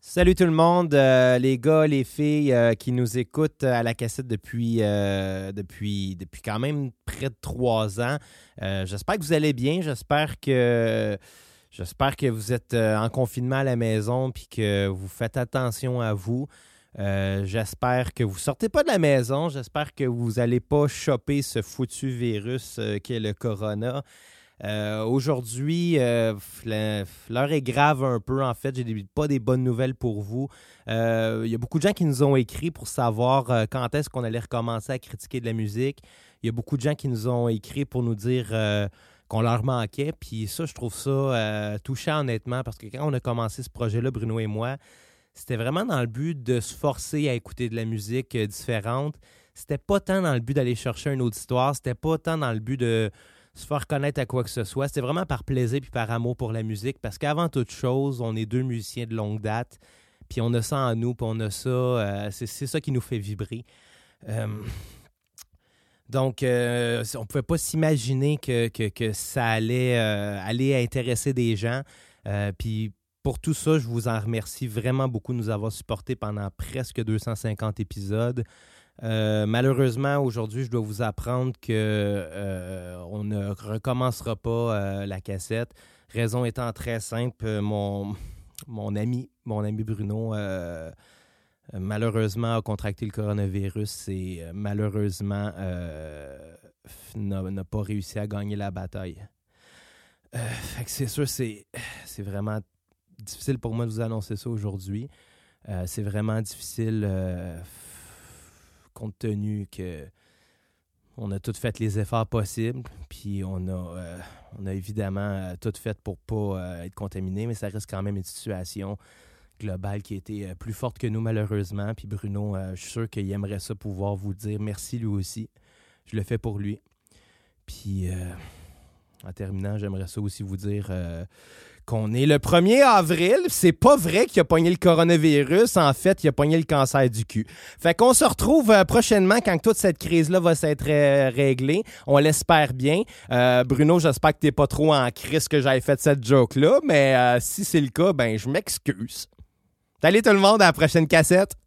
Salut tout le monde, les gars, les filles qui nous écoutent à la cassette depuis quand même près de 3 ans. J'espère que vous allez bien, j'espère que vous êtes en confinement à la maison et que vous faites attention à vous. J'espère que vous ne sortez pas de la maison, j'espère que vous n'allez pas choper ce foutu virus qu'est le corona. Aujourd'hui, l'heure est grave un peu. En fait, j'ai pas des bonnes nouvelles pour vous. Il y a beaucoup de gens qui nous ont écrit pour savoir quand est-ce qu'on allait recommencer à critiquer de la musique. Il y a beaucoup de gens qui nous ont écrit pour nous dire qu'on leur manquait. Puis ça, je trouve ça touchant honnêtement parce que quand on a commencé ce projet-là, Bruno et moi, c'était vraiment dans le but de se forcer à écouter de la musique différente. C'était pas tant dans le but d'aller chercher une auditoire. C'était pas tant dans le but de se faire connaître à quoi que ce soit. C'était vraiment par plaisir puis par amour pour la musique parce qu'avant toute chose, on est deux musiciens de longue date puis on a ça en nous puis on a ça, c'est ça qui nous fait vibrer. Donc, on ne pouvait pas s'imaginer que ça allait intéresser des gens. Puis pour tout ça, je vous en remercie vraiment beaucoup de nous avoir supportés pendant presque 250 épisodes. Malheureusement, aujourd'hui, je dois vous apprendre que on ne recommencera pas la cassette. Raison étant très simple, mon ami Bruno malheureusement a contracté le coronavirus et malheureusement n'a pas réussi à gagner la bataille. Fait que c'est sûr, c'est vraiment difficile pour moi de vous annoncer ça aujourd'hui. C'est vraiment difficile compte tenu que on a tout fait les efforts possibles, puis on a évidemment tout fait pour pas être contaminé, mais ça reste quand même une situation globale qui a été plus forte que nous malheureusement. Puis Bruno, je suis sûr qu'il aimerait ça pouvoir vous dire merci lui aussi. Je le fais pour lui. Puis en terminant, j'aimerais ça aussi vous dire qu'on est le 1er avril. C'est pas vrai qu'il a pogné le coronavirus. En fait, il a pogné le cancer du cul. Fait qu'on se retrouve prochainement quand toute cette crise-là va s'être réglée. On l'espère bien. Bruno, j'espère que t'es pas trop en crise que j'aille fait cette joke-là. Mais si c'est le cas, ben je m'excuse. Salut tout le monde, à la prochaine cassette.